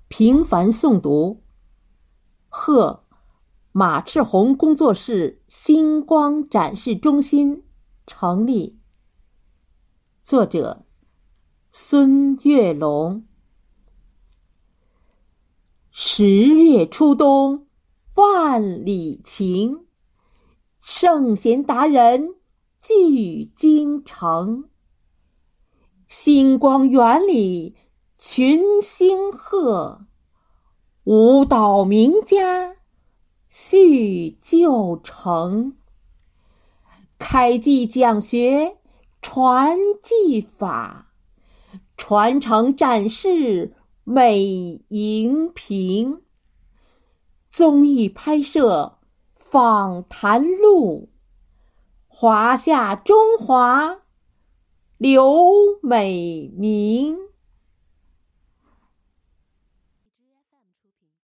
平凡诵读，贺马赤红工作室星光展示中心成立。作者孙月龙。10月初冬万里晴，圣贤达人聚京城。星光园里群星贺，舞蹈名家叙旧城。开技讲学传技法，传承展示美荧屏。综艺拍摄访谈录，华夏中华留美名。